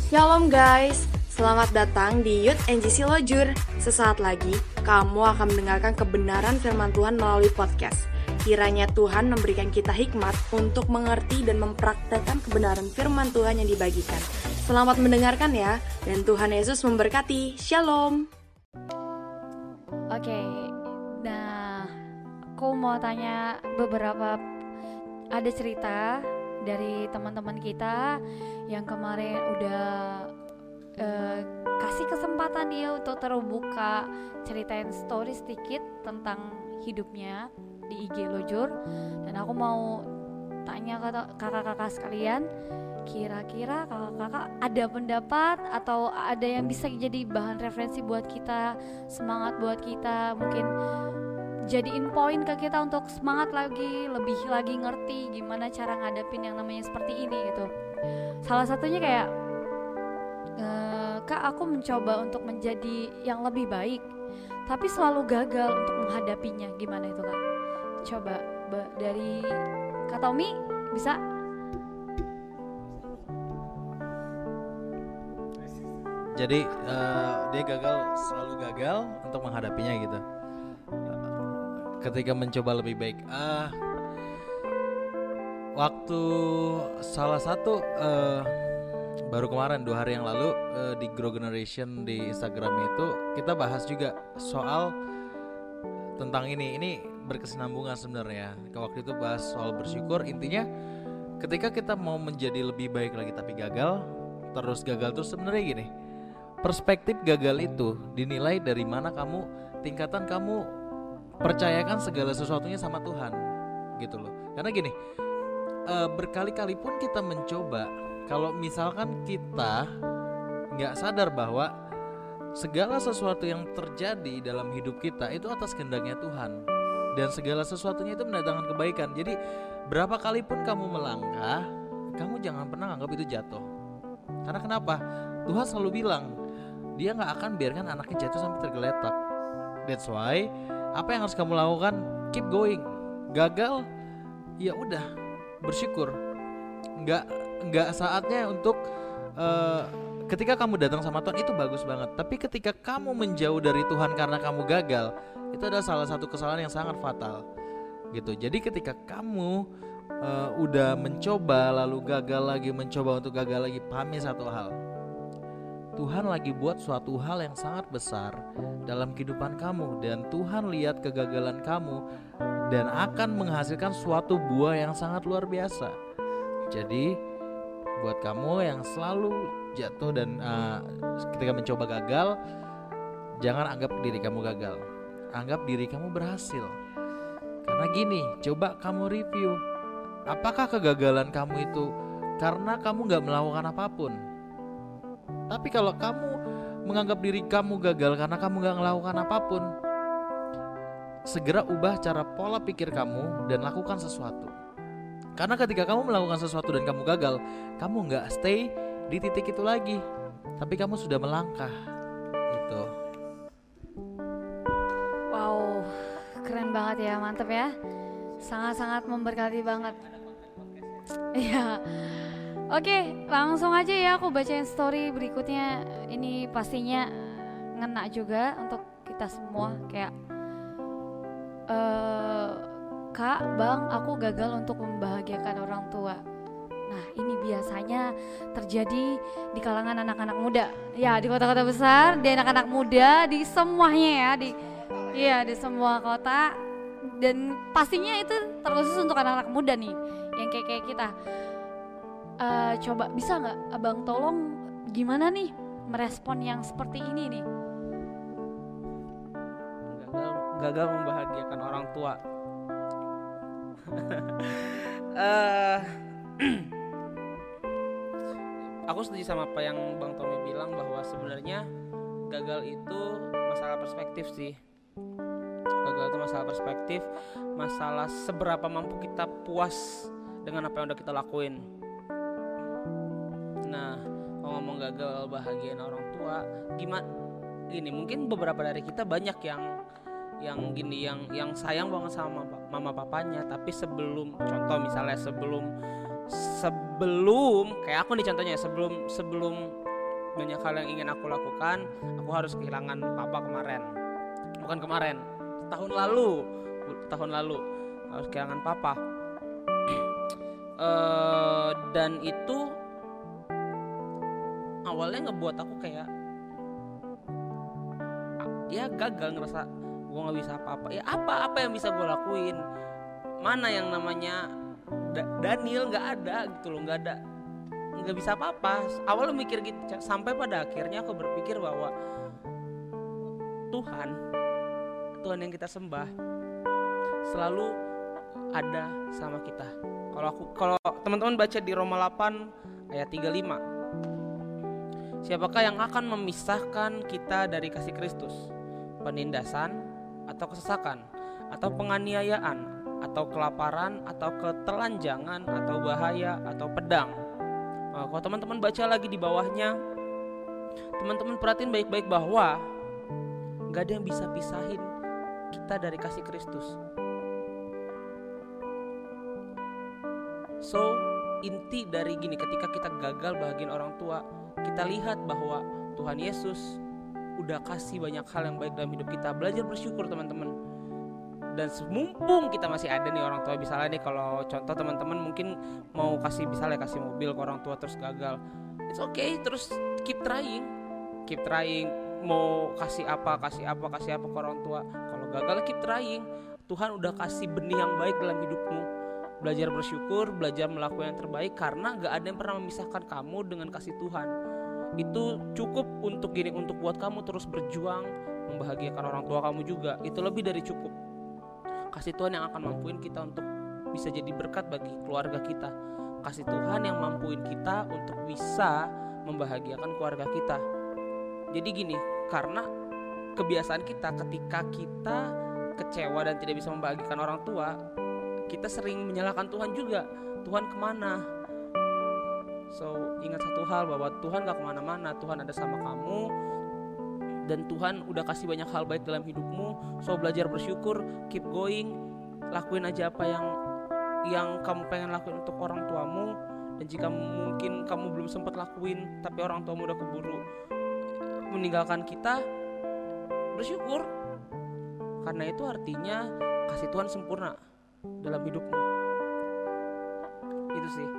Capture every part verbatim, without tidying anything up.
Shalom guys, selamat datang di Youth N G C Lojur. Sesaat lagi, kamu akan mendengarkan kebenaran firman Tuhan melalui podcast. Kiranya Tuhan memberikan kita hikmat untuk mengerti dan mempraktekkan kebenaran firman Tuhan yang dibagikan. Selamat mendengarkan ya, dan Tuhan Yesus memberkati. Shalom. Oke, nah aku mau tanya beberapa, ada cerita dari teman-teman kita yang kemarin udah uh, kasih kesempatan dia untuk terbuka, ceritain story sedikit tentang hidupnya di I G Lojur. Dan aku mau tanya ke kakak-kakak sekalian, kira-kira kakak-kakak ada pendapat atau ada yang bisa jadi bahan referensi buat kita, semangat buat kita, mungkin jadiin poin ke kita untuk semangat lagi, lebih lagi ngerti gimana cara ngadepin yang namanya seperti ini gitu. Salah satunya kayak e, Kak, aku mencoba untuk menjadi yang lebih baik, tapi selalu gagal untuk menghadapinya. Gimana itu Kak? Coba be- dari Kak Tommy bisa? Jadi uh, dia gagal, selalu gagal untuk menghadapinya gitu. Ketika mencoba lebih baik, ah, waktu salah satu uh, baru kemarin dua hari yang lalu uh, di Grow Generation di Instagram itu kita bahas juga soal tentang ini. Ini berkesinambungan sebenarnya. Waktu itu bahas soal bersyukur. Intinya ketika kita mau menjadi lebih baik lagi tapi gagal, terus gagal terus, sebenarnya gini. Perspektif gagal itu dinilai dari mana kamu, tingkatan kamu percayakan segala sesuatunya sama Tuhan, gitu loh. Karena gini, e, berkali-kali pun kita mencoba, kalau misalkan kita nggak sadar bahwa segala sesuatu yang terjadi dalam hidup kita itu atas kehendaknya Tuhan, dan segala sesuatunya itu mendatangkan kebaikan. Jadi berapa kali pun kamu melangkah, kamu jangan pernah anggap itu jatuh. Karena kenapa? Tuhan selalu bilang Dia gak akan biarkan anaknya jatuh sampai tergeletak. That's why apa yang harus kamu lakukan? Keep going. Gagal, ya udah, bersyukur. Nggak nggak saatnya untuk uh, ketika kamu datang sama Tuhan itu bagus banget. Tapi ketika kamu menjauh dari Tuhan karena kamu gagal, itu adalah salah satu kesalahan yang sangat fatal. Gitu. Jadi ketika kamu uh, udah mencoba lalu gagal lagi, mencoba untuk gagal lagi, pahami satu hal. Tuhan lagi buat suatu hal yang sangat besar dalam kehidupan kamu, dan Tuhan lihat kegagalan kamu dan akan menghasilkan suatu buah yang sangat luar biasa. Jadi buat kamu yang selalu jatuh dan uh, ketika mencoba gagal, jangan anggap diri kamu gagal, anggap diri kamu berhasil. Karena gini, coba kamu review, apakah kegagalan kamu itu karena kamu gak melakukan apapun? Tapi kalau kamu menganggap diri kamu gagal karena kamu gak melakukan apapun, segera ubah cara pola pikir kamu dan lakukan sesuatu. Karena ketika kamu melakukan sesuatu dan kamu gagal, kamu gak stay di titik itu lagi, tapi kamu sudah melangkah. Gitu. Wow, keren banget ya, mantep ya. Sangat-sangat memberkati banget. Iya. Oke, langsung aja ya aku bacain story berikutnya. Ini pastinya ngena juga untuk kita semua. Kayak uh, Kak, Bang, aku gagal untuk membahagiakan orang tua. Nah, ini biasanya terjadi di kalangan anak-anak muda. Ya, di kota-kota besar, di anak-anak muda, di semuanya ya, di iya di semua kota. Dan pastinya itu terkhusus untuk anak-anak muda nih, yang kayak kayak kita. Uh, coba bisa nggak abang tolong gimana nih merespon yang seperti ini nih? Gagal, gagal membahagiakan orang tua. uh, aku setuju sama apa yang Bang Tommy bilang, bahwa sebenarnya gagal itu masalah perspektif sih. Gagal itu masalah perspektif, masalah seberapa mampu kita puas dengan apa yang udah kita lakuin. Nah, kalau ngomong gagal bahagiain orang tua, gimana? Gini, mungkin beberapa dari kita banyak yang yang gini, yang yang sayang banget sama mama papanya, tapi sebelum, contoh misalnya sebelum sebelum kayak aku nih contohnya, sebelum sebelum banyak hal yang ingin aku lakukan. Aku harus kehilangan papa kemarin, bukan kemarin, tahun lalu, tahun lalu harus kehilangan papa. uh, dan itu awalnya ngebuat aku kayak ya gagal, ngerasa gue nggak bisa apa-apa. Ya apa apa yang bisa gue lakuin? Mana yang namanya da- Daniel nggak ada gitu loh, nggak ada, nggak bisa apa-apa. Awalnya mikir gitu, sampai pada akhirnya aku berpikir bahwa Tuhan, Tuhan yang kita sembah selalu ada sama kita. Kalau aku, kalau teman-teman baca di Roma delapan ayat tiga puluh lima, siapakah yang akan memisahkan kita dari kasih Kristus? Penindasan atau kesesakan, atau penganiayaan, atau kelaparan, atau ketelanjangan, atau bahaya, atau pedang. Nah, kalau teman-teman baca lagi di bawahnya, teman-teman perhatiin baik-baik bahwa gak ada yang bisa pisahin kita dari kasih Kristus. So, inti dari gini, ketika kita gagal bahagian orang tua, kita lihat bahwa Tuhan Yesus udah kasih banyak hal yang baik dalam hidup kita. Belajar bersyukur teman-teman. Dan mumpung kita masih ada nih orang tua, misalnya nih kalau contoh teman-teman mungkin mau kasih, misalnya kasih mobil ke orang tua terus gagal, it's okay, terus keep trying, keep trying. Mau kasih apa, kasih apa, kasih apa ke orang tua, kalau gagal keep trying. Tuhan udah kasih benih yang baik dalam hidupmu. Belajar bersyukur, belajar melakukan yang terbaik, karena gak ada yang pernah memisahkan kamu dengan kasih Tuhan. Itu cukup untuk gini, untuk buat kamu terus berjuang membahagiakan orang tua kamu juga. Itu lebih dari cukup. Kasih Tuhan yang akan mampuin kita untuk bisa jadi berkat bagi keluarga kita. Kasih Tuhan yang mampuin kita untuk bisa membahagiakan keluarga kita. Jadi gini, karena kebiasaan kita ketika kita kecewa dan tidak bisa membahagiakan orang tua, kita sering menyalahkan Tuhan juga. Tuhan kemana? So, ingat satu hal, bahwa Tuhan gak kemana-mana. Tuhan ada sama kamu, dan Tuhan udah kasih banyak hal baik dalam hidupmu. So, belajar bersyukur, keep going, lakuin aja apa yang yang kamu pengen lakuin untuk orang tuamu. Dan jika mungkin kamu belum sempat lakuin, tapi orang tuamu udah keburu meninggalkan kita, bersyukur, karena itu artinya kasih Tuhan sempurna dalam hidupmu. Itu sih.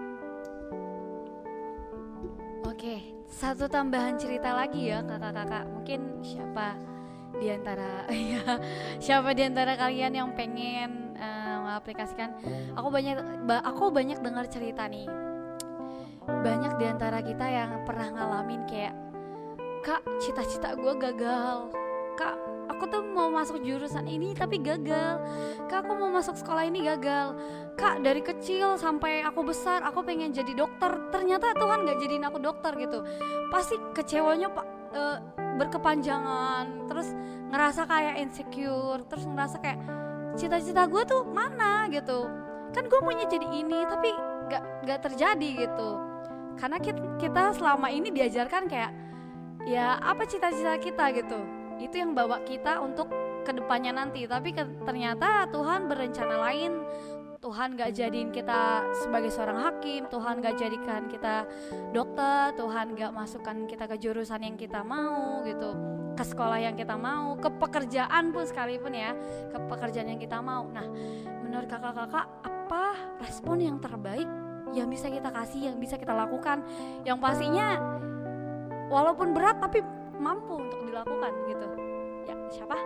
Oke, satu tambahan cerita lagi ya kakak-kakak. Mungkin siapa di antara ya, siapa di antara kalian yang pengen uh, mengaplikasikan? Aku banyak ba, aku banyak dengar cerita nih. Banyak di antara kita yang pernah ngalamin kayak, Kak, cita-cita gue gagal. Kak, aku tuh mau masuk jurusan ini tapi gagal. Kak, aku mau masuk sekolah ini gagal. Kak, dari kecil sampai aku besar aku pengen jadi dokter, ternyata Tuhan gak jadiin aku dokter gitu. Pasti kecewanya pak e, berkepanjangan, terus ngerasa kayak insecure, terus ngerasa kayak cita-cita gue tuh mana gitu. Kan gue maunya jadi ini tapi gak, gak terjadi gitu. Karena kita, kita selama ini diajarkan kayak, ya apa cita-cita kita gitu, itu yang bawa kita untuk kedepannya nanti. Tapi ke, ternyata Tuhan berencana lain. Tuhan gak jadiin kita sebagai seorang hakim, Tuhan gak jadikan kita dokter, Tuhan gak masukkan kita ke jurusan yang kita mau gitu, ke sekolah yang kita mau, ke pekerjaan pun sekalipun ya, ke pekerjaan yang kita mau. Nah, menurut kakak-kakak, apa respon yang terbaik yang bisa kita kasih, yang bisa kita lakukan, yang pastinya walaupun berat tapi mampu untuk dilakukan gitu. Ya, siapa?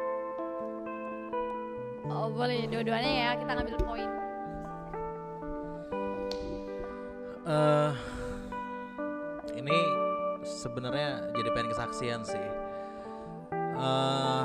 Oh, boleh dua-duanya ya, kita ngambil poin. Uh, ini sebenarnya jadi pengen kesaksian sih. Uh,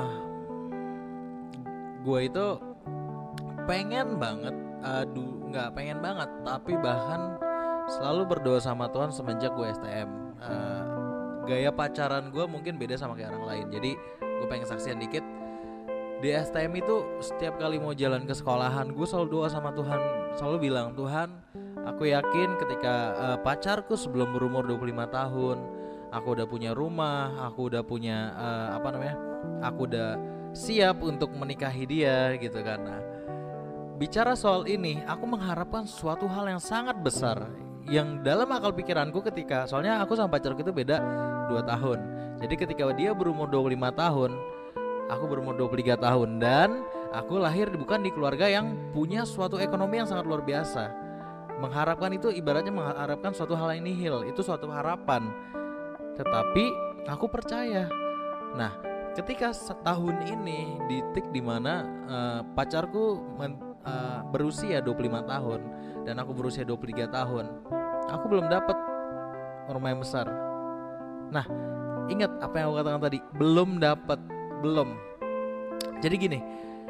gue itu pengen banget, aduh nggak pengen banget, tapi bahkan selalu berdoa sama Tuhan semenjak gue S T M. Uh, gaya pacaran gue mungkin beda sama kayak orang lain. Jadi gue pengen kesaksian dikit. Di S T M itu setiap kali mau jalan ke sekolahan, gue selalu doa sama Tuhan, selalu bilang, Tuhan, aku yakin ketika uh, pacarku sebelum berumur dua puluh lima tahun, aku udah punya rumah, aku udah punya uh, apa namanya, aku udah siap untuk menikahi dia gitu kan. Nah, bicara soal ini, aku mengharapkan suatu hal yang sangat besar, yang dalam akal pikiranku ketika, soalnya aku sama pacarku itu beda dua tahun. Jadi ketika dia berumur dua puluh lima tahun, aku berumur dua puluh tiga tahun. Dan aku lahir bukan di keluarga yang punya suatu ekonomi yang sangat luar biasa. Mengharapkan itu ibaratnya mengharapkan suatu hal yang nihil. Itu suatu harapan. Tetapi aku percaya. Nah, ketika setahun ini di titik dimana uh, pacarku men- Uh, berusia dua puluh lima tahun dan aku berusia dua puluh tiga tahun, aku belum dapat rumah yang besar. Nah, ingat apa yang aku katakan tadi, belum dapat, belum. Jadi gini,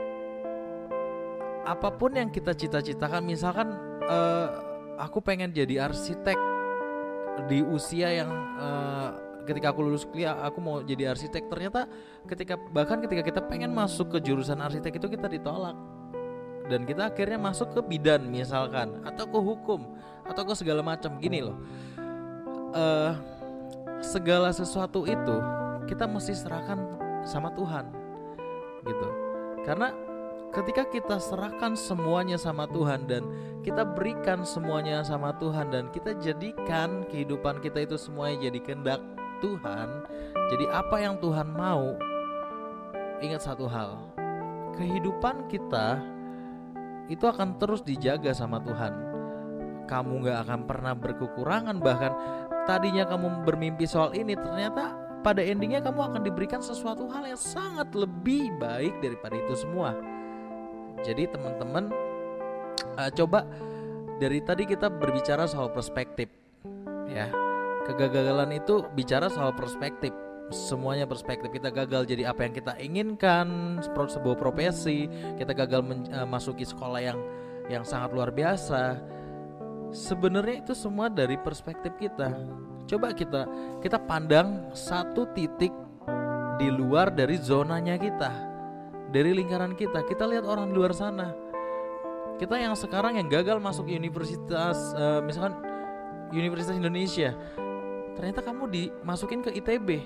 apapun yang kita cita-citakan, misalkan uh, aku pengen jadi arsitek di usia yang uh, ketika aku lulus kuliah aku mau jadi arsitek, ternyata ketika bahkan ketika kita pengen masuk ke jurusan arsitek itu kita ditolak. Dan kita akhirnya masuk ke bidan misalkan, atau ke hukum, atau ke segala macam. Gini loh, uh, segala sesuatu itu kita mesti serahkan sama Tuhan, gitu. Karena ketika kita serahkan semuanya sama Tuhan dan kita berikan semuanya sama Tuhan dan kita jadikan kehidupan kita itu semuanya jadi kehendak Tuhan, jadi apa yang Tuhan mau, ingat satu hal, kehidupan kita itu akan terus dijaga sama Tuhan. Kamu gak akan pernah berkekurangan. Bahkan tadinya kamu bermimpi soal ini, ternyata pada endingnya kamu akan diberikan sesuatu hal yang sangat lebih baik daripada itu semua. Jadi teman-teman, uh, coba dari tadi kita berbicara soal perspektif, ya. Kegagalan itu bicara soal perspektif. Semuanya perspektif. Kita gagal jadi apa yang kita inginkan, sebuah profesi, kita gagal men- uh, masuki sekolah yang yang sangat luar biasa. Sebenarnya itu semua dari perspektif kita. Coba kita kita pandang satu titik di luar dari zonanya kita, dari lingkaran kita. Kita lihat orang di luar sana. Kita yang sekarang yang gagal masuk universitas, uh, misalkan Universitas Indonesia, ternyata kamu dimasukin ke I T B.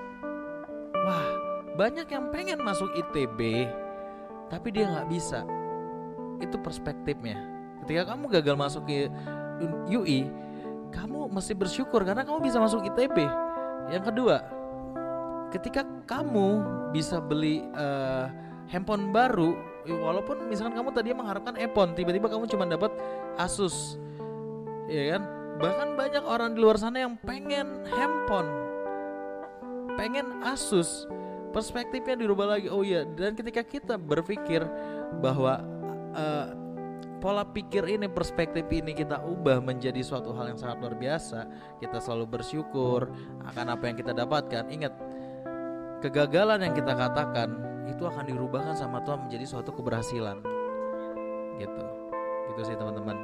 Wah, banyak yang pengen masuk I T B, tapi dia gak bisa. Itu perspektifnya. Ketika kamu gagal masuk ke U I, kamu mesti bersyukur karena kamu bisa masuk I T B. Yang kedua, ketika kamu bisa beli uh, handphone baru, walaupun misalkan kamu tadinya mengharapkan iPhone, tiba-tiba kamu cuma dapat Asus, ya kan? Bahkan banyak orang di luar sana yang pengen handphone, pengen Asus. Perspektifnya dirubah lagi. Oh iya, dan ketika kita berpikir bahwa uh, pola pikir ini, perspektif ini kita ubah menjadi suatu hal yang sangat luar biasa, kita selalu bersyukur akan apa yang kita dapatkan. Ingat, kegagalan yang kita katakan itu akan dirubahkan sama Tuhan menjadi suatu keberhasilan. Gitu. Gitu sih teman-teman.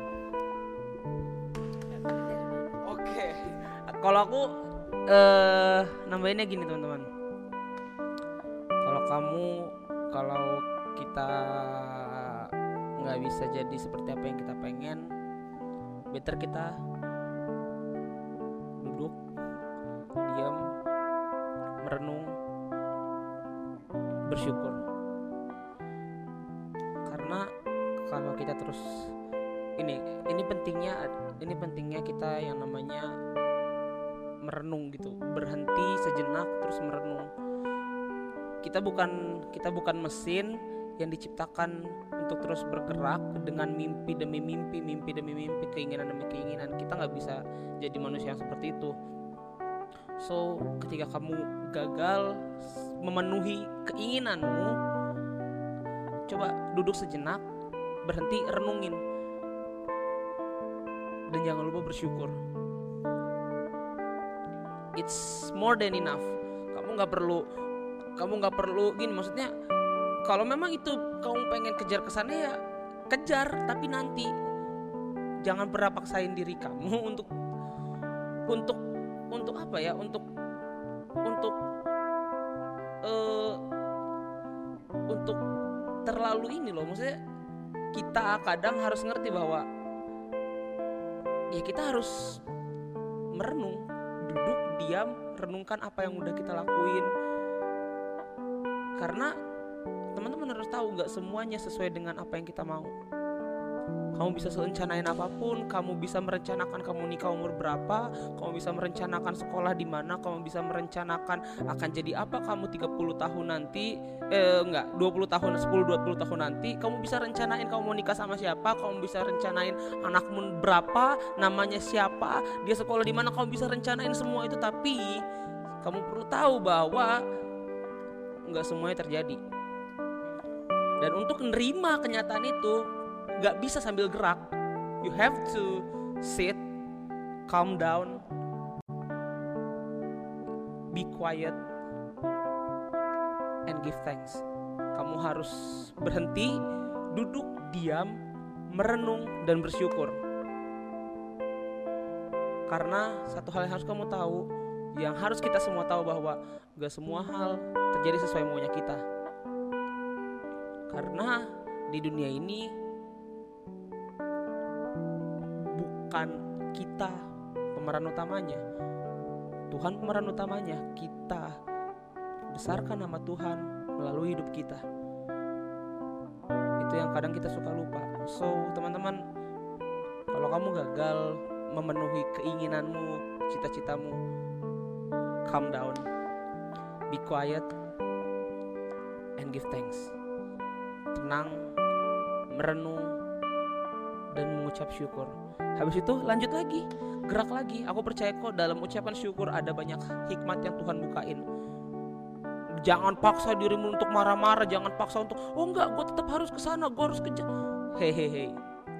Oke. Kalau aku Uh, nambahinnya gini teman-teman, kalau kamu kalau kita nggak bisa jadi seperti apa yang kita pengen, better kita duduk, diam, merenung, bersyukur. Karena kalau kita terus ini ini pentingnya ini pentingnya kita yang namanya merenung gitu, berhenti sejenak terus merenung. Kita bukan kita bukan mesin yang diciptakan untuk terus bergerak dengan mimpi demi mimpi, mimpi demi mimpi, keinginan demi keinginan. Kita nggak bisa jadi manusia yang seperti itu. So, ketika kamu gagal memenuhi keinginanmu, coba duduk sejenak, berhenti, renungin, dan jangan lupa bersyukur. It's more than enough. Kamu nggak perlu, kamu nggak perlu gini. Maksudnya, kalau memang itu kamu pengen kejar kesana ya kejar, tapi nanti jangan pernah paksain diri kamu untuk untuk untuk apa ya? Untuk untuk uh, untuk terlalu ini loh. Maksudnya kita kadang harus ngerti bahwa ya kita harus merenung, duduk, diam, renungkan apa yang udah kita lakuin. Karena teman-teman harus tahu, gak semuanya sesuai dengan apa yang kita mau. Kamu bisa serencanain apapun, kamu bisa merencanakan kamu nikah umur berapa, kamu bisa merencanakan sekolah di mana, kamu bisa merencanakan akan jadi apa kamu tiga puluh tahun nanti, eh enggak, dua puluh tahun, sepuluh dua puluh tahun nanti, kamu bisa rencanain kamu mau nikah sama siapa, kamu bisa rencanain anakmu berapa, namanya siapa, dia sekolah di mana, kamu bisa rencanain semua itu, tapi kamu perlu tahu bahwa enggak semuanya terjadi. Dan untuk menerima kenyataan itu gak bisa sambil gerak. You have to sit, calm down, be quiet, and give thanks. Kamu harus berhenti, duduk, diam, merenung, dan bersyukur. Karena satu hal yang harus kamu tahu, yang harus kita semua tahu, bahwa gak semua hal terjadi sesuai maunya kita. Karena di dunia ini bukan kita pemeran utamanya, Tuhan pemeran utamanya. Kita besarkan nama Tuhan melalui hidup kita. Itu yang kadang kita suka lupa. So teman-teman, kalau kamu gagal memenuhi keinginanmu, cita-citamu, calm down, be quiet, and give thanks. Tenang, merenung, dan mengucap syukur. Habis itu lanjut lagi, gerak lagi. Aku percaya kok dalam ucapan syukur ada banyak hikmat yang Tuhan bukain. Jangan paksa dirimu untuk marah-marah, jangan paksa untuk oh enggak, gue tetap harus kesana, gue harus kejar. Hehehe,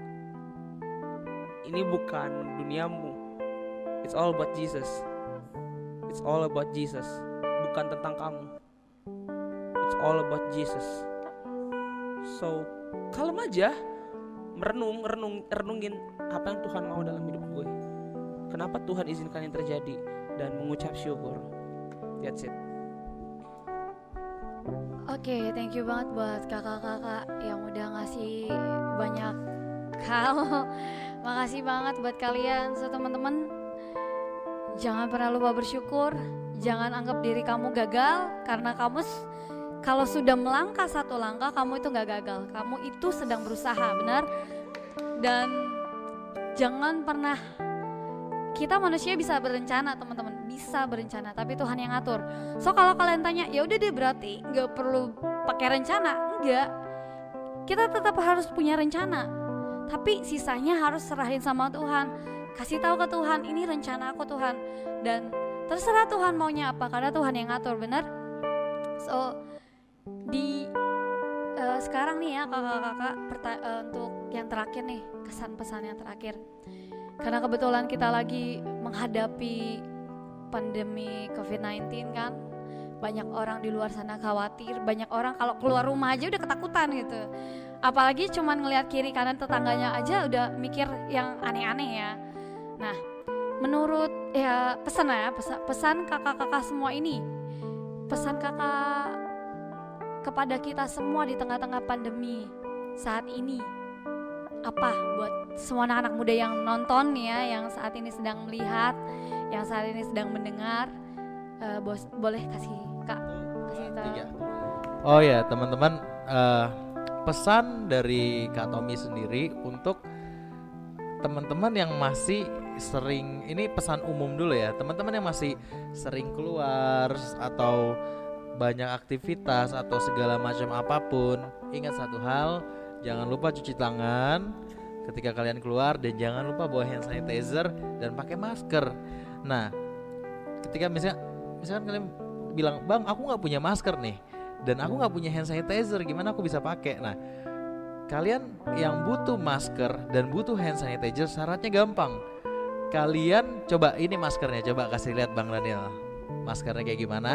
ini bukan duniamu. It's all about Jesus. It's all about Jesus. Bukan tentang kamu. It's all about Jesus. So, kalem aja, merenung, renung, renungin apa yang Tuhan mau dalam hidup gue. Kenapa Tuhan izinkan yang terjadi, dan mengucap syukur. That's it. Oke, okay, thank you banget buat kakak-kakak yang udah ngasih banyak hal. Makasih banget buat kalian. So teman-teman, jangan pernah lupa bersyukur. Jangan anggap diri kamu gagal, karena kamu kalau sudah melangkah satu langkah, kamu itu gak gagal. Kamu itu sedang berusaha, benar? Dan jangan pernah, kita manusia bisa berencana teman-teman, bisa berencana, tapi Tuhan yang ngatur. So kalau kalian tanya, ya udah deh berarti gak perlu pakai rencana. Enggak, kita tetap harus punya rencana, tapi sisanya harus serahin sama Tuhan. Kasih tahu ke Tuhan, ini rencana aku Tuhan, dan terserah Tuhan maunya apa, karena Tuhan yang ngatur, benar? So di uh, sekarang nih ya kakak-kakak, perta- uh, untuk yang terakhir nih, kesan pesan yang terakhir. Karena kebetulan kita lagi menghadapi pandemi covid sembilan belas kan, banyak orang di luar sana khawatir, banyak orang kalau keluar rumah aja udah ketakutan gitu. Apalagi cuman ngelihat kiri kanan tetangganya aja udah mikir yang aneh-aneh ya. Nah, menurut ya pesan ya, pesan, pesan kakak-kakak semua ini, pesan kakak kepada kita semua di tengah-tengah pandemi saat ini apa buat semua anak-anak muda yang nonton ya, yang saat ini sedang melihat, yang saat ini sedang mendengar, uh, bos, boleh kasih kak kasih tahu. Oh ya teman-teman, uh, pesan dari Kak Tommy sendiri untuk teman-teman yang masih sering, ini pesan umum dulu ya, teman-teman yang masih sering keluar atau banyak aktivitas atau segala macam apapun, ingat satu hal, jangan lupa cuci tangan ketika kalian keluar, dan jangan lupa bawa hand sanitizer dan pakai masker. Nah, ketika misalnya, misalkan kalian bilang, bang, aku nggak punya masker nih, dan aku nggak punya hand sanitizer, gimana aku bisa pakai? Nah, kalian yang butuh masker dan butuh hand sanitizer, syaratnya gampang. Kalian coba, ini maskernya, coba kasih lihat Bang Daniel, maskernya kayak gimana?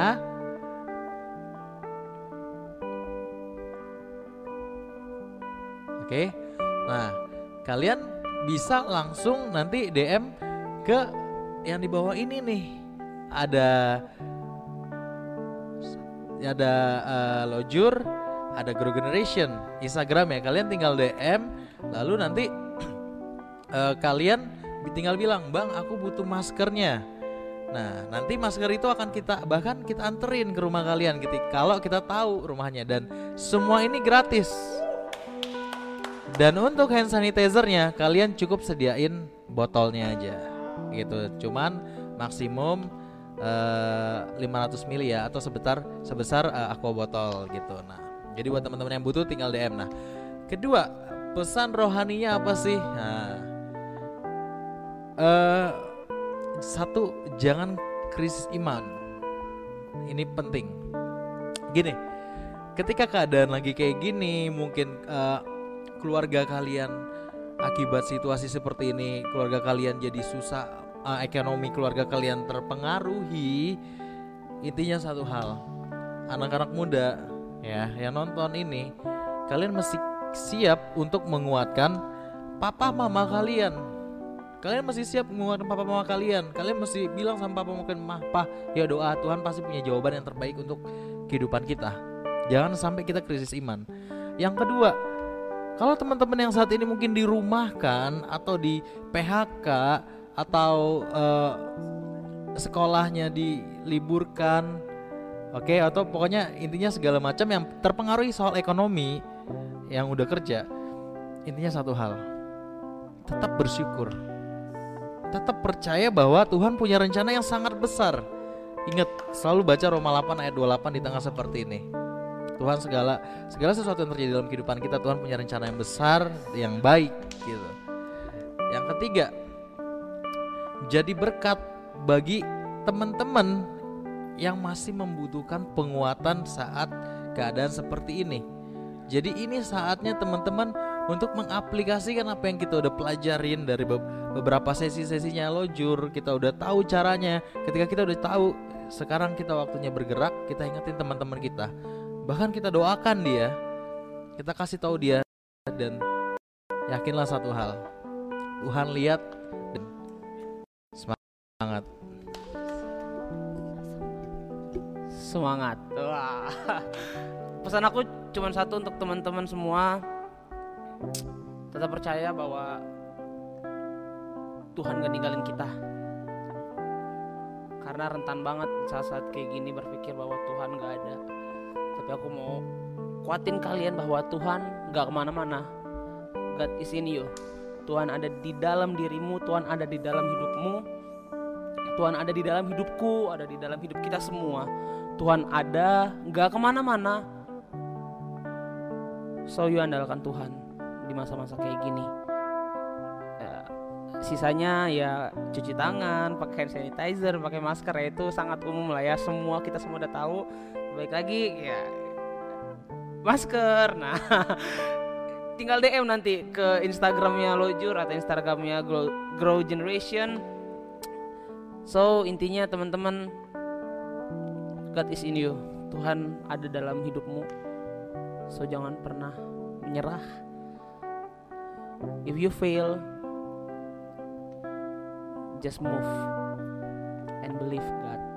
Oke, nah kalian bisa langsung nanti D M ke yang di bawah ini nih, ada ada uh, Lojur, ada Grow Generation Instagram ya. Kalian tinggal D M, lalu nanti uh, kalian tinggal bilang, bang aku butuh maskernya. Nah nanti masker itu akan kita bahkan kita anterin ke rumah kalian gitu, kalau kita tahu rumahnya, dan semua ini gratis. Dan untuk hand sanitizernya kalian cukup sediain botolnya aja gitu. Cuman maksimum uh, lima ratus mili ya, atau sebesar sebesar uh, aqua botol gitu. Nah, jadi buat teman-teman yang butuh tinggal D M. Nah, kedua, pesan rohaninya apa sih? Nah, uh, satu, jangan krisis iman. Ini penting. Gini, ketika keadaan lagi kayak gini, mungkin uh, keluarga kalian akibat situasi seperti ini, keluarga kalian jadi susah, uh, ekonomi keluarga kalian terpengaruhi. Intinya satu hal, anak-anak muda ya yang nonton ini, kalian mesti siap untuk menguatkan papa mama kalian. Kalian mesti siap menguatkan papa mama kalian. Kalian mesti bilang sama papa mama kalian, "Mah, pa, ya doa, Tuhan pasti punya jawaban yang terbaik untuk kehidupan kita." Jangan sampai kita krisis iman. Yang kedua, kalau teman-teman yang saat ini mungkin dirumahkan atau di P H K atau uh, sekolahnya diliburkan, oke, okay, atau pokoknya intinya segala macam yang terpengaruhi soal ekonomi yang udah kerja, intinya satu hal, tetap bersyukur, tetap percaya bahwa Tuhan punya rencana yang sangat besar. Ingat, selalu baca Roma delapan ayat dua puluh delapan di tengah seperti ini. Tuhan segala segala sesuatu yang terjadi dalam kehidupan kita, Tuhan punya rencana yang besar, yang baik gitu. Yang ketiga, jadi berkat bagi teman-teman yang masih membutuhkan penguatan saat keadaan seperti ini. Jadi ini saatnya teman-teman untuk mengaplikasikan apa yang kita udah pelajarin dari beberapa sesi-sesinya Lojur. Kita udah tahu caranya. Ketika kita udah tahu, sekarang kita waktunya bergerak. Kita ingetin teman-teman kita, bahkan kita doakan dia, kita kasih tahu dia, dan yakinlah satu hal, Tuhan lihat dan semangat. Semangat. Wah. Pesan aku cuma satu untuk teman-teman semua, tetap percaya bahwa Tuhan gak ninggalin kita. Karena rentan banget saat-saat kayak gini berpikir bahwa Tuhan gak ada. Tapi aku mau kuatin kalian bahwa Tuhan gak kemana-mana. God is in you. Tuhan ada di dalam dirimu, Tuhan ada di dalam hidupmu, Tuhan ada di dalam hidupku, ada di dalam hidup kita semua. Tuhan ada, gak kemana-mana. So you andalkan Tuhan di masa-masa kayak gini. Ya, sisanya ya cuci tangan, pakai hand sanitizer, pakai masker, ya itu sangat umum lah ya. Semua kita semua udah tahu. Baik lagi ya masker. Nah, tinggal D M nanti ke Instagramnya Lojur atau Instagramnya Grow, Grow Generation. So intinya teman-teman, God is in you. Tuhan ada dalam hidupmu. So jangan pernah menyerah. If you fail, just move and believe God.